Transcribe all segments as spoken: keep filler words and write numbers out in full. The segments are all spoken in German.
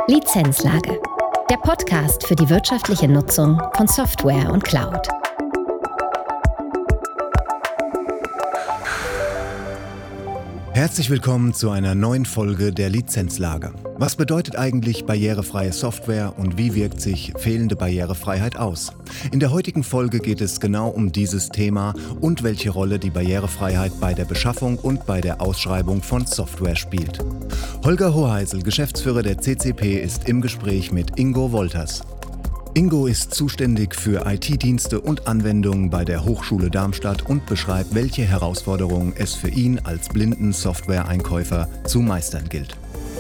Lizenzlage. Der Podcast für die wirtschaftliche Nutzung von Software und Cloud. Herzlich willkommen zu einer neuen Folge der Lizenzlage. Was bedeutet eigentlich barrierefreie Software und wie wirkt sich fehlende Barrierefreiheit aus? In der heutigen Folge geht es genau um dieses Thema und welche Rolle die Barrierefreiheit bei der Beschaffung und bei der Ausschreibung von Software spielt. Holger Hoheisel, Geschäftsführer der C C P, ist im Gespräch mit Ingo Wolters. Ingo ist zuständig für I T-Dienste und Anwendungen bei der Hochschule Darmstadt und beschreibt, welche Herausforderungen es für ihn als blinden Software-Einkäufer zu meistern gilt.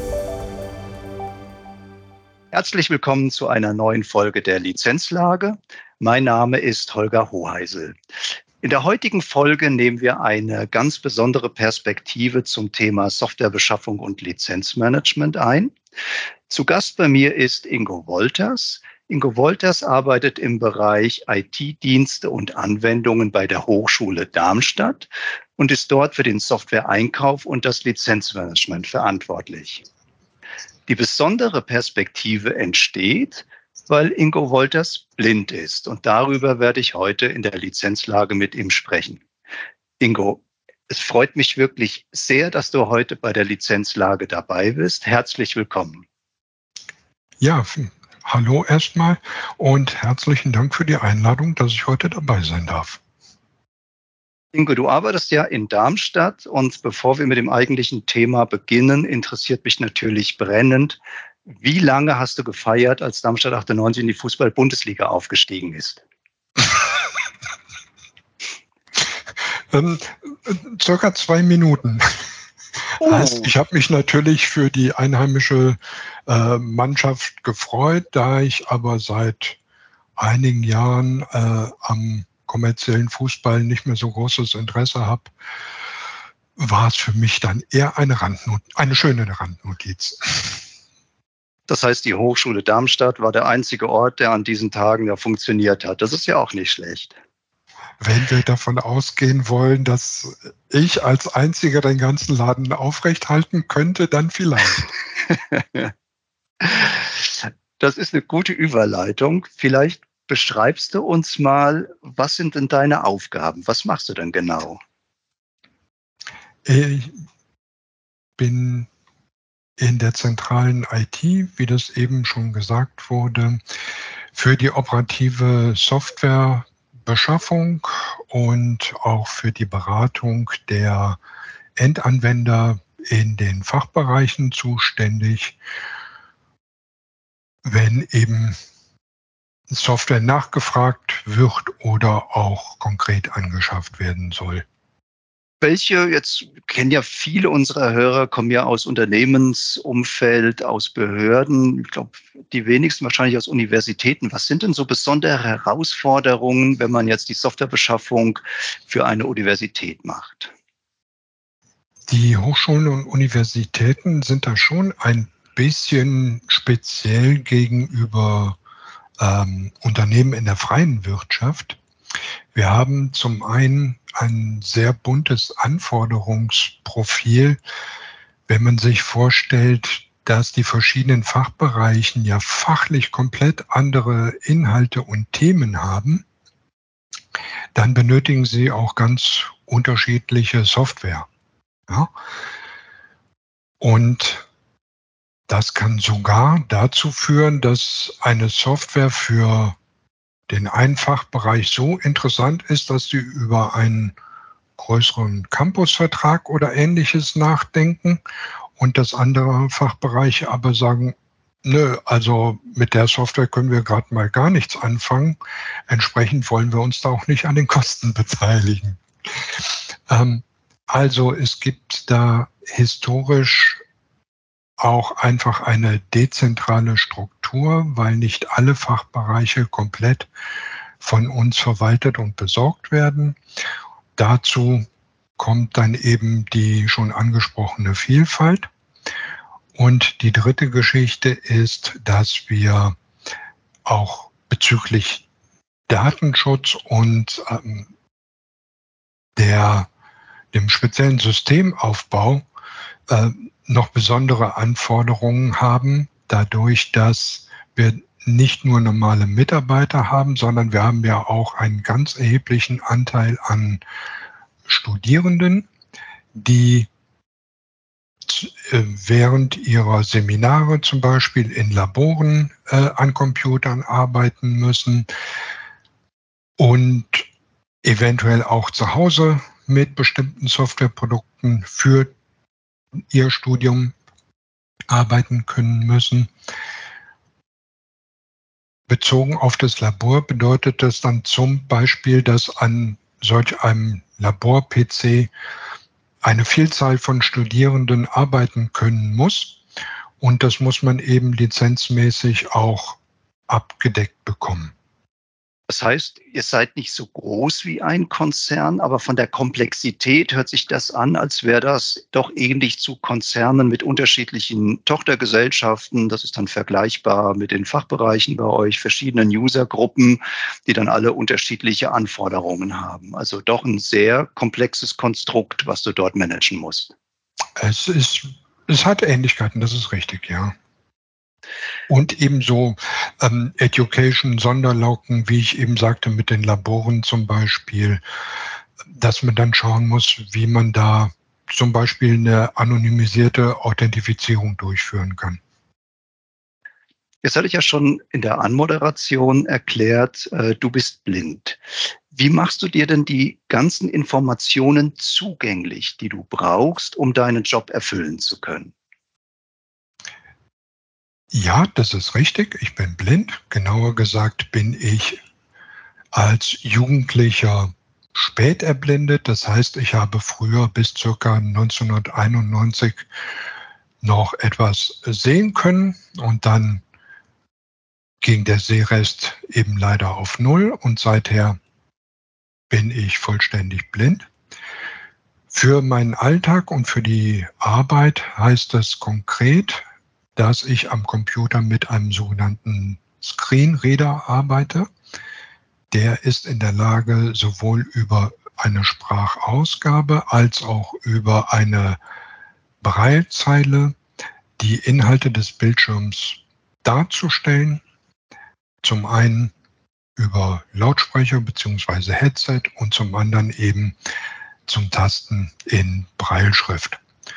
Herzlich willkommen zu einer neuen Folge der Lizenzlage. Mein Name ist Holger Hoheisel. In der heutigen Folge nehmen wir eine ganz besondere Perspektive zum Thema Softwarebeschaffung und Lizenzmanagement ein. Zu Gast bei mir ist Ingo Wolters. Ingo Wolters arbeitet im Bereich I T-Dienste und Anwendungen bei der Hochschule Darmstadt und ist dort für den Software-Einkauf und das Lizenzmanagement verantwortlich. Die besondere Perspektive entsteht, weil Ingo Wolters blind ist, und darüber werde ich heute in der Lizenzlage mit ihm sprechen. Ingo, es freut mich wirklich sehr, dass du heute bei der Lizenzlage dabei bist. Herzlich willkommen. Ja, hallo erstmal und herzlichen Dank für die Einladung, dass ich heute dabei sein darf. Ingo, du arbeitest ja in Darmstadt, und bevor wir mit dem eigentlichen Thema beginnen, interessiert mich natürlich brennend, wie lange hast du gefeiert, als Darmstadt achtundneunzig in die Fußball-Bundesliga aufgestiegen ist? ähm, circa zwei Minuten. Oh. Heißt, ich habe mich natürlich für die einheimische äh, Mannschaft gefreut, da ich aber seit einigen Jahren äh, am kommerziellen Fußball nicht mehr so großes Interesse habe, war es für mich dann eher eine Randnot- eine schöne Randnotiz. Das heißt, die Hochschule Darmstadt war der einzige Ort, der an diesen Tagen ja funktioniert hat. Das ist ja auch nicht schlecht. Wenn wir davon ausgehen wollen, dass ich als Einziger den ganzen Laden aufrechthalten könnte, dann vielleicht. Das ist eine gute Überleitung. Vielleicht beschreibst du uns mal, was sind denn deine Aufgaben? Was machst du denn genau? Ich bin in der zentralen I T, wie das eben schon gesagt wurde, für die operative Softwarebeschaffung und auch für die Beratung der Endanwender in den Fachbereichen zuständig, wenn eben Software nachgefragt wird oder auch konkret angeschafft werden soll. Welche, jetzt kennen ja viele unserer Hörer, kommen ja aus Unternehmensumfeld, aus Behörden, ich glaube, die wenigsten wahrscheinlich aus Universitäten. Was sind denn so besondere Herausforderungen, wenn man jetzt die Softwarebeschaffung für eine Universität macht? Die Hochschulen und Universitäten sind da schon ein bisschen speziell gegenüber ähm, Unternehmen in der freien Wirtschaft. Wir haben zum einen ein sehr buntes Anforderungsprofil, wenn man sich vorstellt, dass die verschiedenen Fachbereichen ja fachlich komplett andere Inhalte und Themen haben, dann benötigen sie auch ganz unterschiedliche Software. Ja? Und das kann sogar dazu führen, dass eine Software für den einen Fachbereich so interessant ist, dass sie über einen größeren Campusvertrag oder Ähnliches nachdenken und das andere Fachbereiche aber sagen, nö, also mit der Software können wir gerade mal gar nichts anfangen. Entsprechend wollen wir uns da auch nicht an den Kosten beteiligen. Ähm, also es gibt da historisch auch einfach eine dezentrale Struktur, weil nicht alle Fachbereiche komplett von uns verwaltet und besorgt werden. Dazu kommt dann eben die schon angesprochene Vielfalt. Und die dritte Geschichte ist, dass wir auch bezüglich Datenschutz und ähm, der, dem speziellen Systemaufbau äh, noch besondere Anforderungen haben, dadurch, dass wir nicht nur normale Mitarbeiter haben, sondern wir haben ja auch einen ganz erheblichen Anteil an Studierenden, die während ihrer Seminare zum Beispiel in Laboren äh, an Computern arbeiten müssen und eventuell auch zu Hause mit bestimmten Softwareprodukten für ihr Studium arbeiten können müssen. Bezogen auf das Labor bedeutet das dann zum Beispiel, dass an solch einem Labor-P C eine Vielzahl von Studierenden arbeiten können muss. Und das muss man eben lizenzmäßig auch abgedeckt bekommen. Das heißt, ihr seid nicht so groß wie ein Konzern, aber von der Komplexität hört sich das an, als wäre das doch ähnlich zu Konzernen mit unterschiedlichen Tochtergesellschaften. Das ist dann vergleichbar mit den Fachbereichen bei euch, verschiedenen Usergruppen, die dann alle unterschiedliche Anforderungen haben. Also doch ein sehr komplexes Konstrukt, was du dort managen musst. Es ist, es hat Ähnlichkeiten, das ist richtig, ja. Und ebenso ähm, Education, Sonderlauken, wie ich eben sagte, mit den Laboren zum Beispiel, dass man dann schauen muss, wie man da zum Beispiel eine anonymisierte Authentifizierung durchführen kann. Jetzt hatte ich ja schon in der Anmoderation erklärt, äh, du bist blind. Wie machst du dir denn die ganzen Informationen zugänglich, die du brauchst, um deinen Job erfüllen zu können? Ja, das ist richtig. Ich bin blind. Genauer gesagt bin ich als Jugendlicher spät erblindet. Das heißt, ich habe früher bis ca. neunzehnhunderteinundneunzig noch etwas sehen können und dann ging der Sehrest eben leider auf Null und seither bin ich vollständig blind. Für meinen Alltag und für die Arbeit heißt das konkret, dass ich am Computer mit einem sogenannten Screenreader arbeite. Der ist in der Lage, sowohl über eine Sprachausgabe als auch über eine Braillezeile die Inhalte des Bildschirms darzustellen. Zum einen über Lautsprecher bzw. Headset und zum anderen eben zum Tasten in Brailleschrift.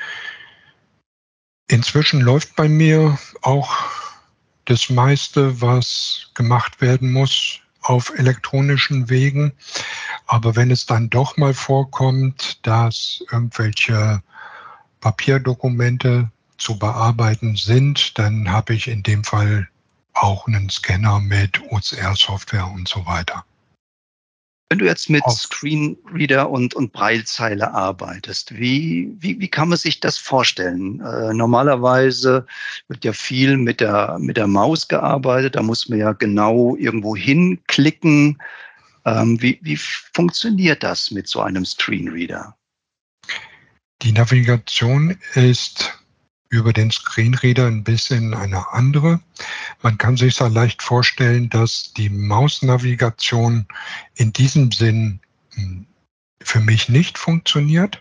Inzwischen läuft bei mir auch das meiste, was gemacht werden muss, auf elektronischen Wegen. Aber wenn es dann doch mal vorkommt, dass irgendwelche Papierdokumente zu bearbeiten sind, dann habe ich in dem Fall auch einen Scanner mit O C R-Software und so weiter. Wenn du jetzt mit Auf Screenreader und, und Braillezeile arbeitest, wie, wie, wie kann man sich das vorstellen? Äh, normalerweise wird ja viel mit der, mit der Maus gearbeitet, da muss man ja genau irgendwo hinklicken. Ähm, wie, wie funktioniert das mit so einem Screenreader? Die Navigation ist über den Screenreader ein bisschen eine andere. Man kann sich da leicht vorstellen, dass die Mausnavigation in diesem Sinn für mich nicht funktioniert.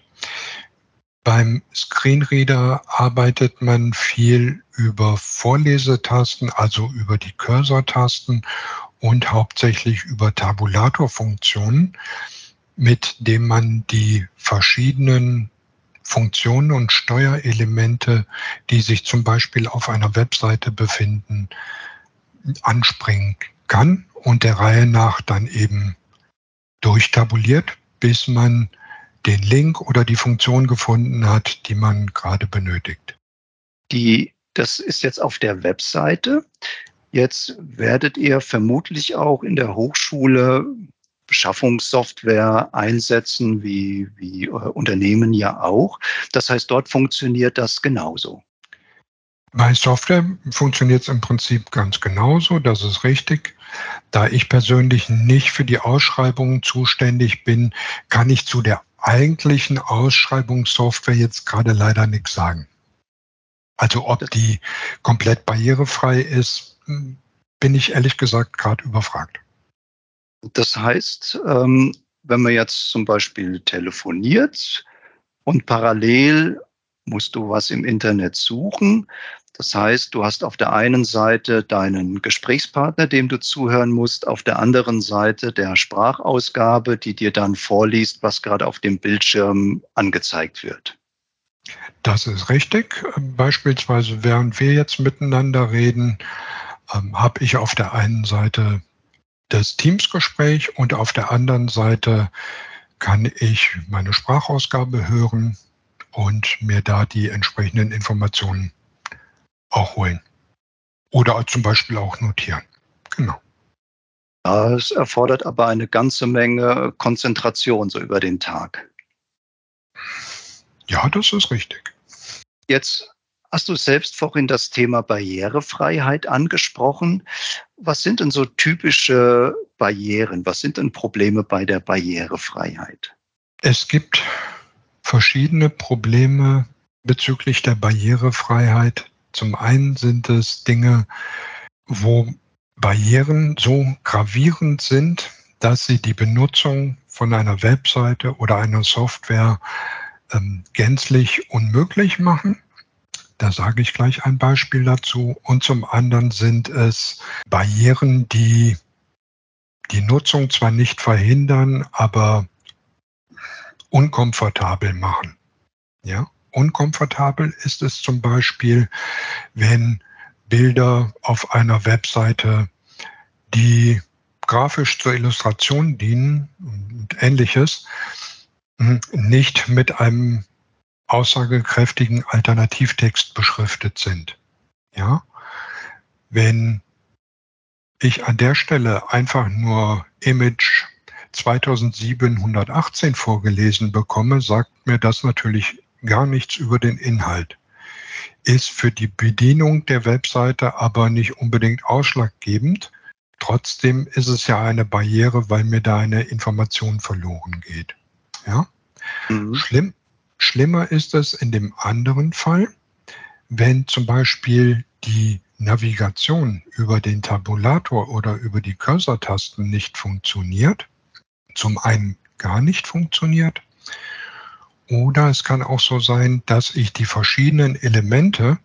Beim Screenreader arbeitet man viel über Vorlesetasten, also über die Cursor-Tasten und hauptsächlich über Tabulatorfunktionen, mit denen man die verschiedenen Funktionen und Steuerelemente, die sich zum Beispiel auf einer Webseite befinden, anspringen kann und der Reihe nach dann eben durchtabuliert, bis man den Link oder die Funktion gefunden hat, die man gerade benötigt. Die, das ist jetzt auf der Webseite. Jetzt werdet ihr vermutlich auch in der Hochschule Beschaffungssoftware einsetzen, wie, wie äh, Unternehmen ja auch. Das heißt, dort funktioniert das genauso. Bei Software funktioniert es im Prinzip ganz genauso, das ist richtig. Da ich persönlich nicht für die Ausschreibungen zuständig bin, kann ich zu der eigentlichen Ausschreibungssoftware jetzt gerade leider nichts sagen. Also ob die komplett barrierefrei ist, bin ich ehrlich gesagt gerade überfragt. Das heißt, ähm, wenn man jetzt zum Beispiel telefoniert und parallel musst du was im Internet suchen. Das heißt, du hast auf der einen Seite deinen Gesprächspartner, dem du zuhören musst, auf der anderen Seite der Sprachausgabe, die dir dann vorliest, was gerade auf dem Bildschirm angezeigt wird. Das ist richtig. Beispielsweise, während wir jetzt miteinander reden, ähm, habe ich auf der einen Seite das Teams-Gespräch und auf der anderen Seite kann ich meine Sprachausgabe hören und mir da die entsprechenden Informationen auch holen. Oder zum Beispiel auch notieren. Genau. Das erfordert aber eine ganze Menge Konzentration so über den Tag. Ja, das ist richtig. Jetzt hast du selbst vorhin das Thema Barrierefreiheit angesprochen. Was sind denn so typische Barrieren? Was sind denn Probleme bei der Barrierefreiheit? Es gibt verschiedene Probleme bezüglich der Barrierefreiheit. Zum einen sind es Dinge, wo Barrieren so gravierend sind, dass sie die Benutzung von einer Webseite oder einer Software ähm, gänzlich unmöglich machen. Da sage ich gleich ein Beispiel dazu. Und zum anderen sind es Barrieren, die die Nutzung zwar nicht verhindern, aber unkomfortabel machen. Ja? Unkomfortabel ist es zum Beispiel, wenn Bilder auf einer Webseite, die grafisch zur Illustration dienen und Ähnliches, nicht mit einem aussagekräftigen Alternativtext beschriftet sind. Ja? Wenn ich an der Stelle einfach nur Image zweitausendsiebenhundertachtzehn vorgelesen bekomme, sagt mir das natürlich gar nichts über den Inhalt. Ist für die Bedienung der Webseite aber nicht unbedingt ausschlaggebend. Trotzdem ist es ja eine Barriere, weil mir da eine Information verloren geht. Ja? Mhm. Schlimm, schlimmer ist es in dem anderen Fall, wenn zum Beispiel die Navigation über den Tabulator oder über die Cursor-Tasten nicht funktioniert. Zum einen gar nicht funktioniert. Oder es kann auch so sein, dass ich die verschiedenen Elemente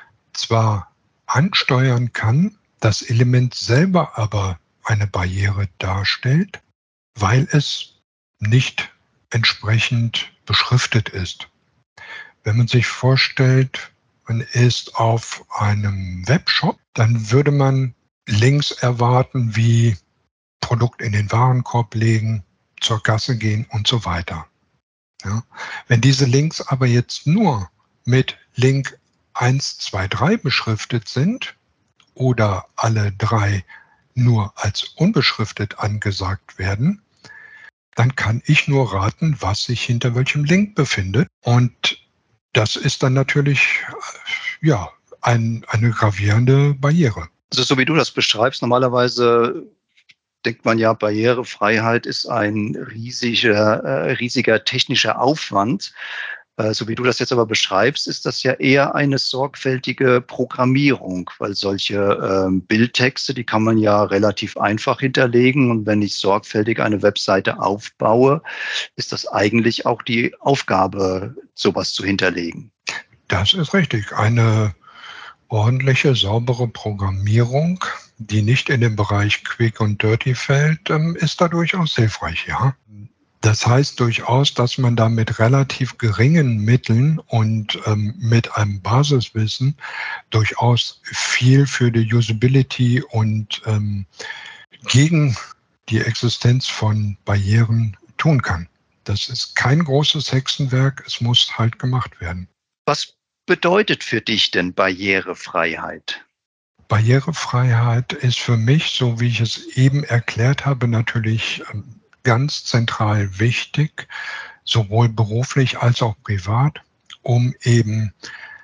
zwar ansteuern kann, das Element selber aber eine Barriere darstellt, weil es nicht entsprechend beschriftet ist. Wenn man sich vorstellt, man ist auf einem Webshop, dann würde man Links erwarten wie Produkt in den Warenkorb legen, zur Kasse gehen und so weiter. Ja. Wenn diese Links aber jetzt nur mit Link eins, zwei, drei beschriftet sind oder alle drei nur als unbeschriftet angesagt werden, dann kann ich nur raten, was sich hinter welchem Link befindet. Und das ist dann natürlich ja, ein, eine gravierende Barriere. Also so wie du das beschreibst, normalerweise denkt man ja, Barrierefreiheit ist ein riesiger, äh, riesiger technischer Aufwand. Äh, so wie du das jetzt aber beschreibst, ist das ja eher eine sorgfältige Programmierung, weil solche ähm, Bildtexte, die kann man ja relativ einfach hinterlegen. Und wenn ich sorgfältig eine Webseite aufbaue, ist das eigentlich auch die Aufgabe, sowas zu hinterlegen. Das ist richtig. Eine ordentliche, saubere Programmierung, die nicht in den Bereich Quick und Dirty fällt, ist da durchaus hilfreich, ja. Das heißt durchaus, dass man da mit relativ geringen Mitteln und ähm, mit einem Basiswissen durchaus viel für die Usability und ähm, gegen die Existenz von Barrieren tun kann. Das ist kein großes Hexenwerk, es muss halt gemacht werden. Was bedeutet für dich denn Barrierefreiheit? Barrierefreiheit ist für mich, so wie ich es eben erklärt habe, natürlich ganz zentral wichtig, sowohl beruflich als auch privat, um eben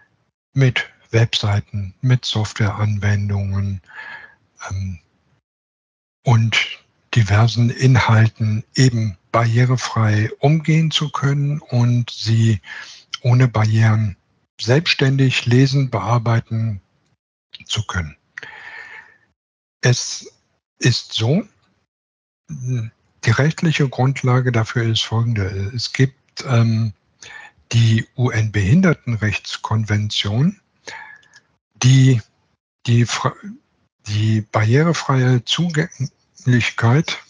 mit Webseiten, mit Softwareanwendungen ähm, und diversen Inhalten eben barrierefrei umgehen zu können und sie ohne Barrieren selbstständig lesen, bearbeiten zu können. Es ist so, die rechtliche Grundlage dafür ist folgende. Es gibt ähm, die U N-Behindertenrechtskonvention, die die, die barrierefreie Zugänglichkeit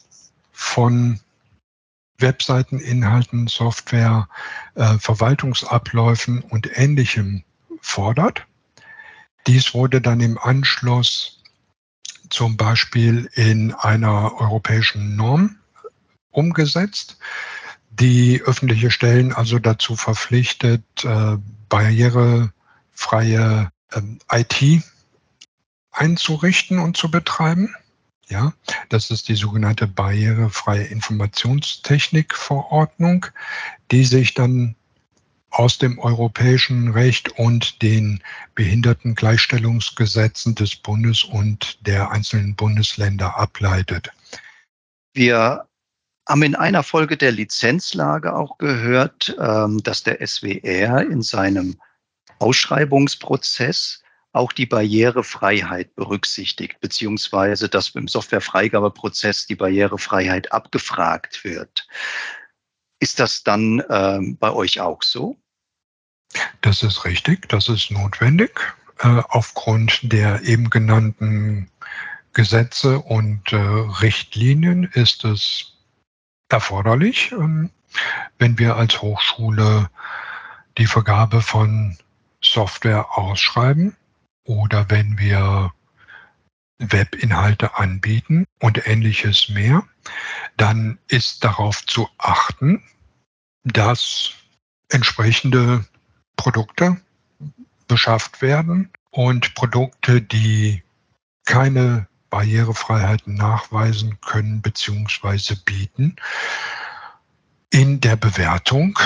von Webseiteninhalten, Software, äh, Verwaltungsabläufen und Ähnlichem fordert. Dies wurde dann im Anschluss zum Beispiel in einer europäischen Norm umgesetzt, die öffentliche Stellen also dazu verpflichtet, äh, barrierefreie äh, I T einzurichten und zu betreiben. Ja, das ist die sogenannte barrierefreie Informationstechnikverordnung, die sich dann aus dem europäischen Recht und den Behindertengleichstellungsgesetzen des Bundes und der einzelnen Bundesländer ableitet. Wir haben in einer Folge der Lizenzlage auch gehört, dass der S W R in seinem Ausschreibungsprozess auch die Barrierefreiheit berücksichtigt, beziehungsweise dass im Softwarefreigabeprozess die Barrierefreiheit abgefragt wird. Ist das dann ähm, bei euch auch so? Das ist richtig, das ist notwendig. Äh, aufgrund der eben genannten Gesetze und äh, Richtlinien ist es erforderlich, ähm, wenn wir als Hochschule die Vergabe von Software ausschreiben oder wenn wir Webinhalte anbieten und Ähnliches mehr, dann ist darauf zu achten, dass entsprechende Produkte beschafft werden und Produkte, die keine Barrierefreiheit nachweisen können bzw. bieten, in der Bewertung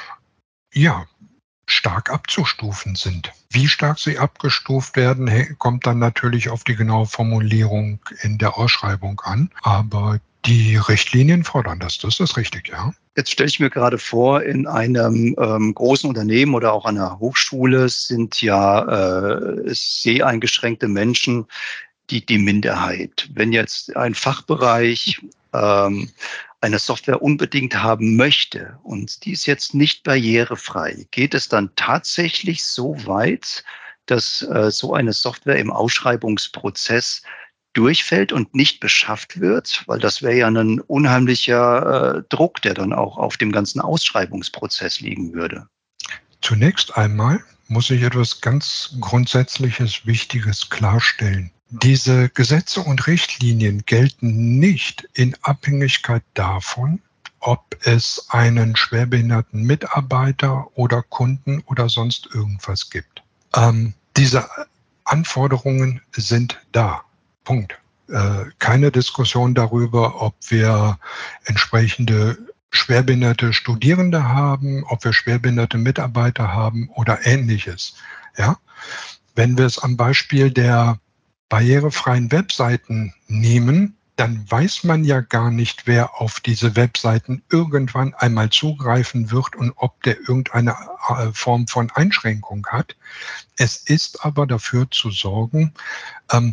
ja, stark abzustufen sind. Wie stark sie abgestuft werden, kommt dann natürlich auf die genaue Formulierung in der Ausschreibung an. Aber die Richtlinien fordern das, das ist richtig, ja. Jetzt stelle ich mir gerade vor, in einem ähm, großen Unternehmen oder auch an einer Hochschule sind ja äh, seheingeschränkte Menschen die, die Minderheit. Wenn jetzt ein Fachbereich ähm, eine Software unbedingt haben möchte und die ist jetzt nicht barrierefrei, geht es dann tatsächlich so weit, dass äh, so eine Software im Ausschreibungsprozess durchfällt und nicht beschafft wird? Weil das wäre ja ein unheimlicher äh, Druck, der dann auch auf dem ganzen Ausschreibungsprozess liegen würde. Zunächst einmal muss ich etwas ganz Grundsätzliches, Wichtiges klarstellen. Diese Gesetze und Richtlinien gelten nicht in Abhängigkeit davon, ob es einen schwerbehinderten Mitarbeiter oder Kunden oder sonst irgendwas gibt. Ähm, diese Anforderungen sind da. Punkt. Äh, keine Diskussion darüber, ob wir entsprechende schwerbehinderte Studierende haben, ob wir schwerbehinderte Mitarbeiter haben oder Ähnliches. Ja? Wenn wir es am Beispiel der barrierefreien Webseiten nehmen, dann weiß man ja gar nicht, wer auf diese Webseiten irgendwann einmal zugreifen wird und ob der irgendeine Form von Einschränkung hat. Es ist aber dafür zu sorgen, ähm,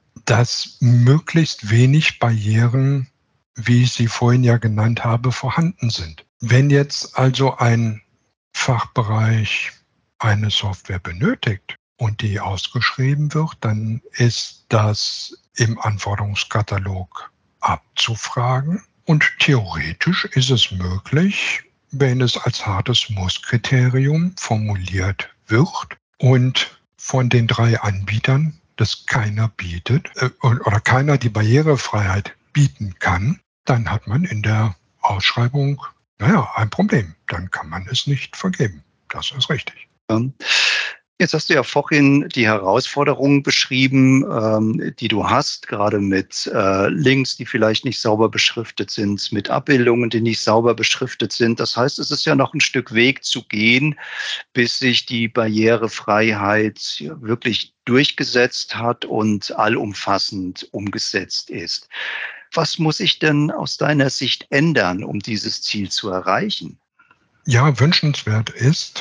dass möglichst wenig Barrieren, wie ich sie vorhin ja genannt habe, vorhanden sind. Wenn jetzt also ein Fachbereich eine Software benötigt und die ausgeschrieben wird, dann ist das im Anforderungskatalog abzufragen. Und theoretisch ist es möglich, wenn es als hartes Muss-Kriterium formuliert wird und von den drei Anbietern das keiner bietet äh, oder keiner die Barrierefreiheit bieten kann, dann hat man in der Ausschreibung, naja, ein Problem. Dann kann man es nicht vergeben. Das ist richtig. Jetzt hast du ja vorhin die Herausforderungen beschrieben, ähm, die du hast, gerade mit äh, Links, die vielleicht nicht sauber beschriftet sind, mit Abbildungen, die nicht sauber beschriftet sind. Das heißt, es ist ja noch ein Stück Weg zu gehen, bis sich die Barrierefreiheit wirklich durchgesetzt hat und allumfassend umgesetzt ist. Was muss sich denn aus deiner Sicht ändern, um dieses Ziel zu erreichen? Ja, wünschenswert ist,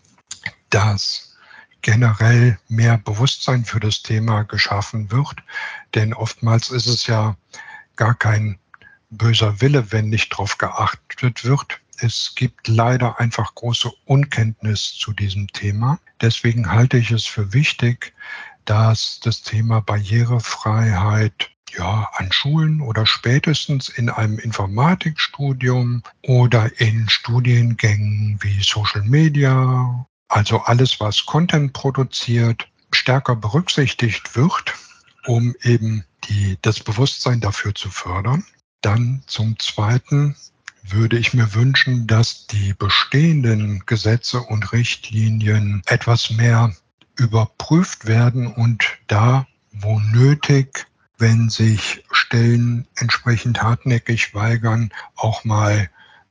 dass generell mehr Bewusstsein für das Thema geschaffen wird. Denn oftmals ist es ja gar kein böser Wille, wenn nicht darauf geachtet wird. Es gibt leider einfach große Unkenntnis zu diesem Thema. Deswegen halte ich es für wichtig, dass das Thema Barrierefreiheit ja an Schulen oder spätestens in einem Informatikstudium oder in Studiengängen wie Social Media, also alles, was Content produziert, stärker berücksichtigt wird, um eben die, das Bewusstsein dafür zu fördern. Dann zum Zweiten würde ich mir wünschen, dass die bestehenden Gesetze und Richtlinien etwas mehr überprüft werden und da, wo nötig, wenn sich Stellen entsprechend hartnäckig weigern, auch mal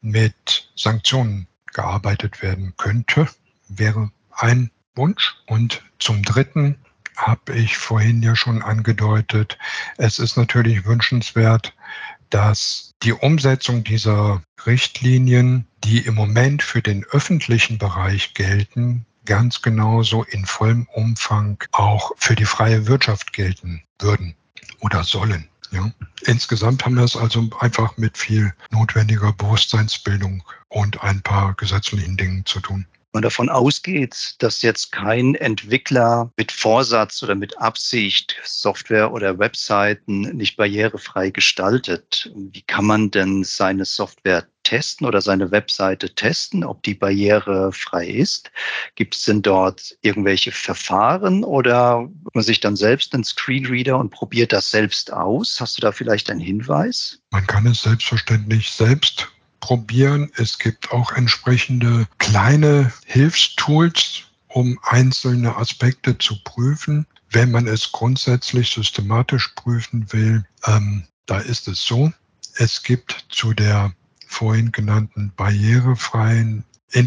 mit Sanktionen gearbeitet werden könnte, wäre ein Wunsch. Und zum Dritten habe ich vorhin ja schon angedeutet, es ist natürlich wünschenswert, dass die Umsetzung dieser Richtlinien, die im Moment für den öffentlichen Bereich gelten, ganz genauso in vollem Umfang auch für die freie Wirtschaft gelten würden oder sollen. Ja. Insgesamt haben wir es also einfach mit viel notwendiger Bewusstseinsbildung und ein paar gesetzlichen Dingen zu tun. Man davon ausgeht, dass jetzt kein Entwickler mit Vorsatz oder mit Absicht Software oder Webseiten nicht barrierefrei gestaltet. Wie kann man denn seine Software testen oder seine Webseite testen, ob die barrierefrei ist? Gibt es denn dort irgendwelche Verfahren oder man sich dann selbst einen Screenreader und probiert das selbst aus? Hast du da vielleicht einen Hinweis? Man kann es selbstverständlich selbst probieren. Es gibt auch entsprechende kleine Hilfstools, um einzelne Aspekte zu prüfen. Wenn man es grundsätzlich systematisch prüfen will, ähm, da ist es so, es gibt zu der vorhin genannten barrierefreien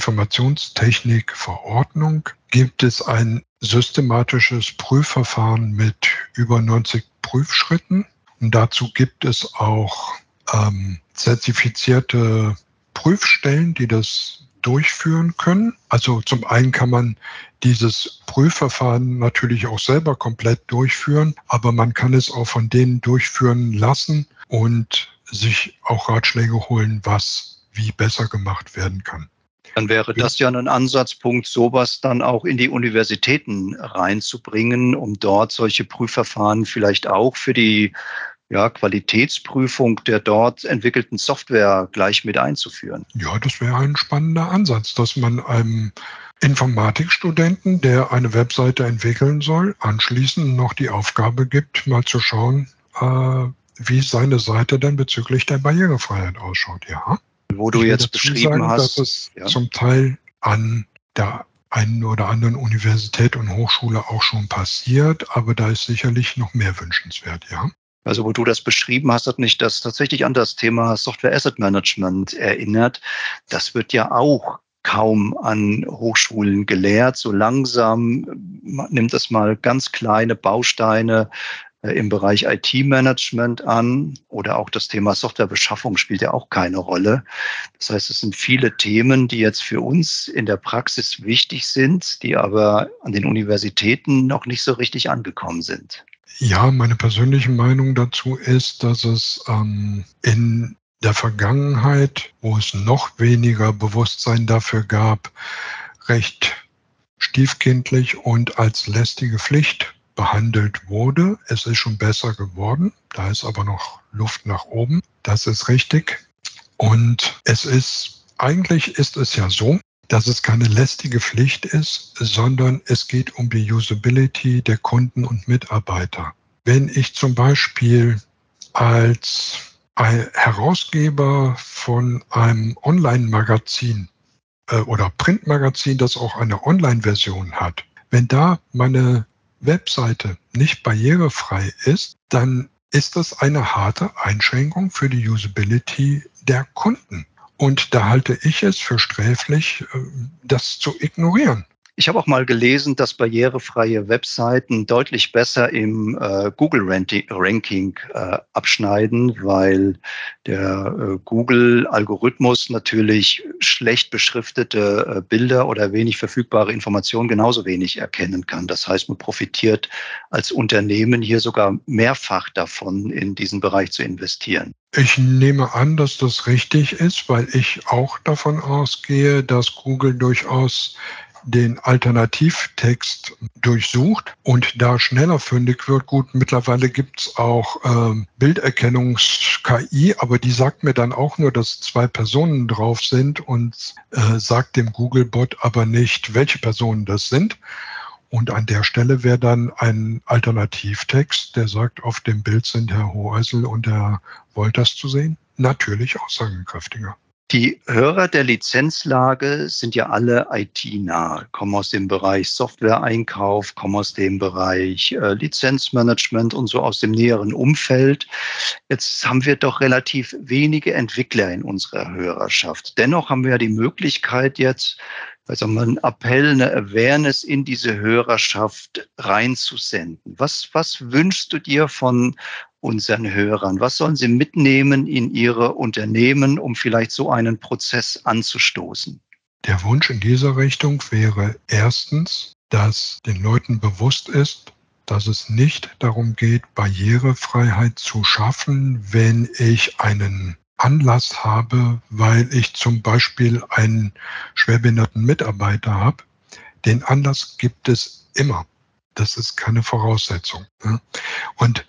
Informationstechnikverordnung gibt es ein systematisches Prüfverfahren mit über neunzig Prüfschritten. Und dazu gibt es auch ähm, zertifizierte Prüfstellen, die das durchführen können. Also zum einen kann man dieses Prüfverfahren natürlich auch selber komplett durchführen, aber man kann es auch von denen durchführen lassen und sich auch Ratschläge holen, was wie besser gemacht werden kann. Dann wäre das ja ein Ansatzpunkt, sowas dann auch in die Universitäten reinzubringen, um dort solche Prüfverfahren vielleicht auch für die ja, Qualitätsprüfung der dort entwickelten Software gleich mit einzuführen. Ja, das wäre ein spannender Ansatz, dass man einem Informatikstudenten, der eine Webseite entwickeln soll, anschließend noch die Aufgabe gibt, mal zu schauen, äh, wie seine Seite denn bezüglich der Barrierefreiheit ausschaut. Ja. Wo du jetzt beschrieben sagen, hast, dass es ja. zum Teil an der einen oder anderen Universität und Hochschule auch schon passiert, aber da ist sicherlich noch mehr wünschenswert, ja. Also wo du das beschrieben hast, hat mich das tatsächlich an das Thema Software Asset Management erinnert. Das wird ja auch kaum an Hochschulen gelehrt. So langsam nimmt es mal ganz kleine Bausteine im Bereich I T-Management an oder auch das Thema Softwarebeschaffung spielt ja auch keine Rolle. Das heißt, es sind viele Themen, die jetzt für uns in der Praxis wichtig sind, die aber an den Universitäten noch nicht so richtig angekommen sind. Ja, meine persönliche Meinung dazu ist, dass es ähm, in der Vergangenheit, wo es noch weniger Bewusstsein dafür gab, recht stiefkindlich und als lästige Pflicht behandelt wurde. Es ist schon besser geworden, da ist aber noch Luft nach oben, das ist richtig. Und es ist, eigentlich ist es ja so, dass es keine lästige Pflicht ist, sondern es geht um die Usability der Kunden und Mitarbeiter. Wenn ich zum Beispiel als ein Herausgeber von einem Online-Magazin äh, oder Printmagazin, das auch eine Online-Version hat, wenn da meine Webseite nicht barrierefrei ist, dann ist das eine harte Einschränkung für die Usability der Kunden. Und da halte ich es für sträflich, das zu ignorieren. Ich habe auch mal gelesen, dass barrierefreie Webseiten deutlich besser im äh, Google-Ranking äh, abschneiden, weil der äh, Google-Algorithmus natürlich schlecht beschriftete äh, Bilder oder wenig verfügbare Informationen genauso wenig erkennen kann. Das heißt, man profitiert als Unternehmen hier sogar mehrfach davon, in diesen Bereich zu investieren. Ich nehme an, dass das richtig ist, weil ich auch davon ausgehe, dass Google durchaus den Alternativtext durchsucht und da schneller fündig wird. Gut, mittlerweile gibt's auch ähm, Bilderkennungs-K I, aber die sagt mir dann auch nur, dass zwei Personen drauf sind und äh, sagt dem Google-Bot aber nicht, welche Personen das sind. Und an der Stelle wäre dann ein Alternativtext, der sagt, auf dem Bild sind Herr Hoheisel und Herr Wolters zu sehen, natürlich aussagekräftiger. Die Hörer der Lizenzlage sind ja alle I T-nah, kommen aus dem Bereich Software-Einkauf, kommen aus dem Bereich äh, Lizenzmanagement und so aus dem näheren Umfeld. Jetzt haben wir doch relativ wenige Entwickler in unserer Hörerschaft. Dennoch haben wir ja die Möglichkeit jetzt, also einen Appell, eine Awareness in diese Hörerschaft reinzusenden. Was, was wünschst du dir von unseren Hörern? Was sollen sie mitnehmen in ihre Unternehmen, um vielleicht so einen Prozess anzustoßen? Der Wunsch in dieser Richtung wäre erstens, dass den Leuten bewusst ist, dass es nicht darum geht, Barrierefreiheit zu schaffen, wenn ich einen Anlass habe, weil ich zum Beispiel einen schwerbehinderten Mitarbeiter habe. Den Anlass gibt es immer. Das ist keine Voraussetzung. Und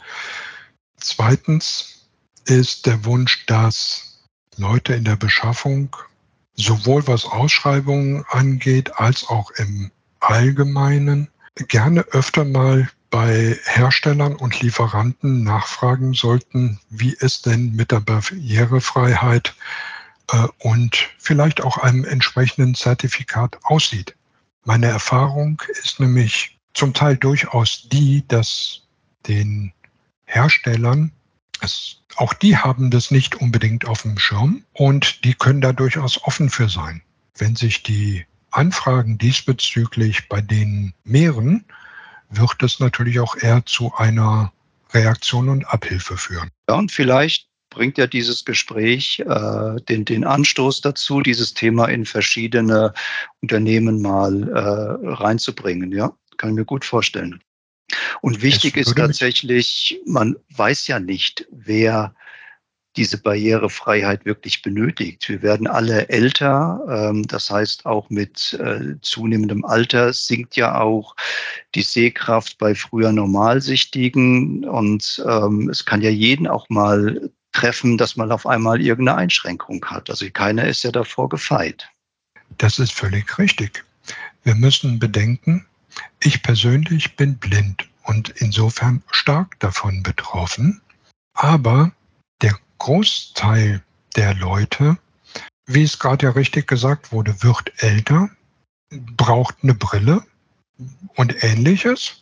zweitens ist der Wunsch, dass Leute in der Beschaffung sowohl was Ausschreibungen angeht, als auch im Allgemeinen gerne öfter mal bei Herstellern und Lieferanten nachfragen sollten, wie es denn mit der Barrierefreiheit äh, und vielleicht auch einem entsprechenden Zertifikat aussieht. Meine Erfahrung ist nämlich zum Teil durchaus die, dass den Herstellern, es, auch die haben das nicht unbedingt auf dem Schirm und die können da durchaus offen für sein. Wenn sich die Anfragen diesbezüglich bei denen mehren, wird es natürlich auch eher zu einer Reaktion und Abhilfe führen. Ja, und vielleicht bringt ja dieses Gespräch äh, den, den Anstoß dazu, dieses Thema in verschiedene Unternehmen mal äh, reinzubringen. Ja, kann ich mir gut vorstellen. Und wichtig ist tatsächlich, man weiß ja nicht, wer diese Barrierefreiheit wirklich benötigt. Wir werden alle älter, das heißt auch mit zunehmendem Alter sinkt ja auch die Sehkraft bei früher Normalsichtigen und es kann ja jeden auch mal treffen, dass man auf einmal irgendeine Einschränkung hat. Also keiner ist ja davor gefeit. Das ist völlig richtig. Wir müssen bedenken, ich persönlich bin blind und insofern stark davon betroffen, aber der Großteil der Leute, wie es gerade ja richtig gesagt wurde, wird älter, braucht eine Brille und Ähnliches.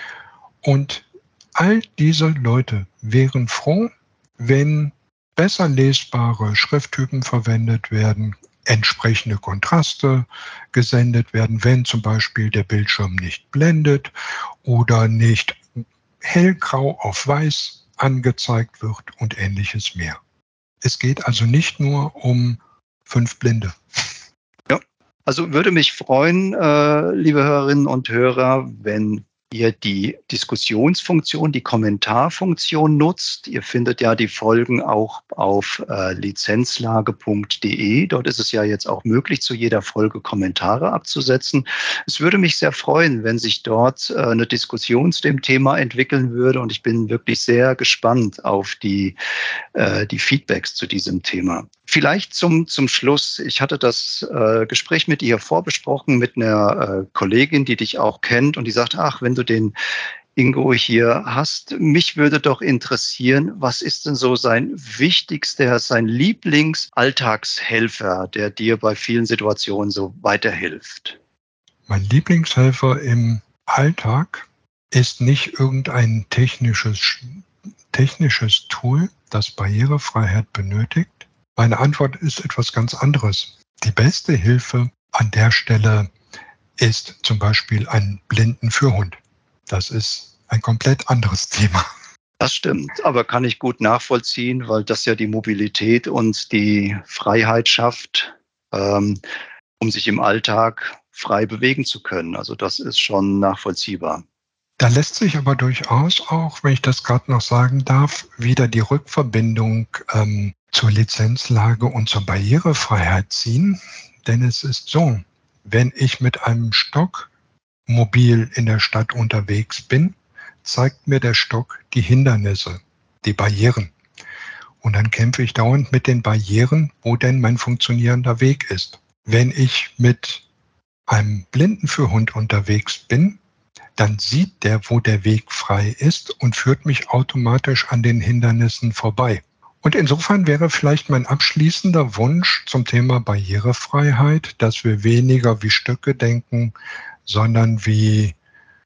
Und all diese Leute wären froh, wenn besser lesbare Schrifttypen verwendet werden, entsprechende Kontraste gesendet werden, wenn zum Beispiel der Bildschirm nicht blendet oder nicht hellgrau auf weiß angezeigt wird und Ähnliches mehr. Es geht also nicht nur um fünf Blinde. Ja, also würde mich freuen, äh, liebe Hörerinnen und Hörer, wenn ihr die Diskussionsfunktion, die Kommentarfunktion nutzt. Ihr findet ja die Folgen auch auf äh, lizenzlage punkt de. Dort ist es ja jetzt auch möglich, zu jeder Folge Kommentare abzusetzen. Es würde mich sehr freuen, wenn sich dort äh, eine Diskussion zu dem Thema entwickeln würde. Und ich bin wirklich sehr gespannt auf die, äh, die Feedbacks zu diesem Thema. Vielleicht zum, zum Schluss. Ich hatte das äh, Gespräch mit dir vorbesprochen mit einer äh, Kollegin, die dich auch kennt und die sagt, ach, wenn du den Ingo hier hast, mich würde doch interessieren, was ist denn so sein wichtigster, sein Lieblingsalltagshelfer, der dir bei vielen Situationen so weiterhilft? Mein Lieblingshelfer im Alltag ist nicht irgendein technisches, technisches Tool, das Barrierefreiheit benötigt. Meine Antwort ist etwas ganz anderes. Die beste Hilfe an der Stelle ist zum Beispiel ein Blindenführhund. Das ist ein komplett anderes Thema. Das stimmt, aber kann ich gut nachvollziehen, weil das ja die Mobilität und die Freiheit schafft, ähm, um sich im Alltag frei bewegen zu können. Also das ist schon nachvollziehbar. Da lässt sich aber durchaus auch, wenn ich das gerade noch sagen darf, wieder die Rückverbindung ähm, zur Lizenzlage und zur Barrierefreiheit ziehen. Denn es ist so, wenn ich mit einem Stock mobil in der Stadt unterwegs bin, zeigt mir der Stock die Hindernisse, die Barrieren. Und dann kämpfe ich dauernd mit den Barrieren, wo denn mein funktionierender Weg ist. Wenn ich mit einem Blindenführhund unterwegs bin, dann sieht der, wo der Weg frei ist und führt mich automatisch an den Hindernissen vorbei. Und insofern wäre vielleicht mein abschließender Wunsch zum Thema Barrierefreiheit, dass wir weniger wie Stöcke denken, sondern wie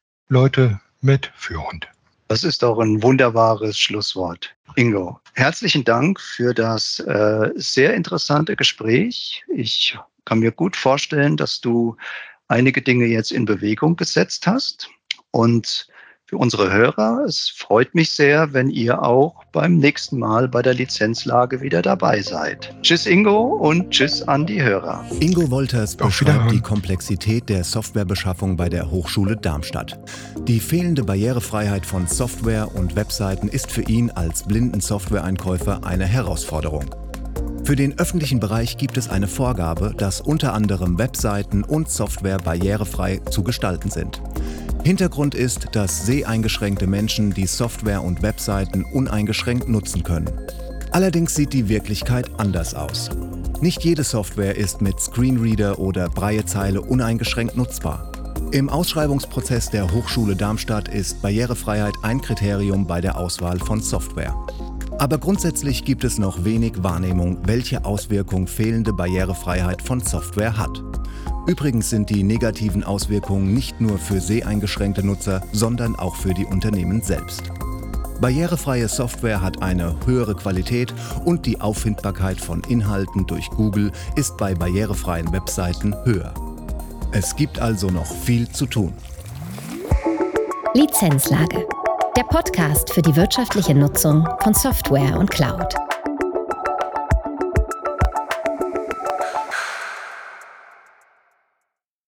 Leute mit Führhund. Das ist doch ein wunderbares Schlusswort. Ingo, herzlichen Dank für das äh, sehr interessante Gespräch. Ich kann mir gut vorstellen, dass du einige Dinge jetzt in Bewegung gesetzt hast. Und für unsere Hörer, es freut mich sehr, wenn ihr auch beim nächsten Mal bei der Lizenzlage wieder dabei seid. Tschüss Ingo und tschüss an die Hörer. Ingo Wolters beschreibt die Komplexität der Softwarebeschaffung bei der Hochschule Darmstadt. Die fehlende Barrierefreiheit von Software und Webseiten ist für ihn als blinden Softwareeinkäufer eine Herausforderung. Für den öffentlichen Bereich gibt es eine Vorgabe, dass unter anderem Webseiten und Software barrierefrei zu gestalten sind. Hintergrund ist, dass seheingeschränkte Menschen die Software und Webseiten uneingeschränkt nutzen können. Allerdings sieht die Wirklichkeit anders aus. Nicht jede Software ist mit Screenreader oder Braillezeile uneingeschränkt nutzbar. Im Ausschreibungsprozess der Hochschule Darmstadt ist Barrierefreiheit ein Kriterium bei der Auswahl von Software. Aber grundsätzlich gibt es noch wenig Wahrnehmung, welche Auswirkung fehlende Barrierefreiheit von Software hat. Übrigens sind die negativen Auswirkungen nicht nur für seheingeschränkte Nutzer, sondern auch für die Unternehmen selbst. Barrierefreie Software hat eine höhere Qualität und die Auffindbarkeit von Inhalten durch Google ist bei barrierefreien Webseiten höher. Es gibt also noch viel zu tun. Lizenzlage. Der Podcast für die wirtschaftliche Nutzung von Software und Cloud.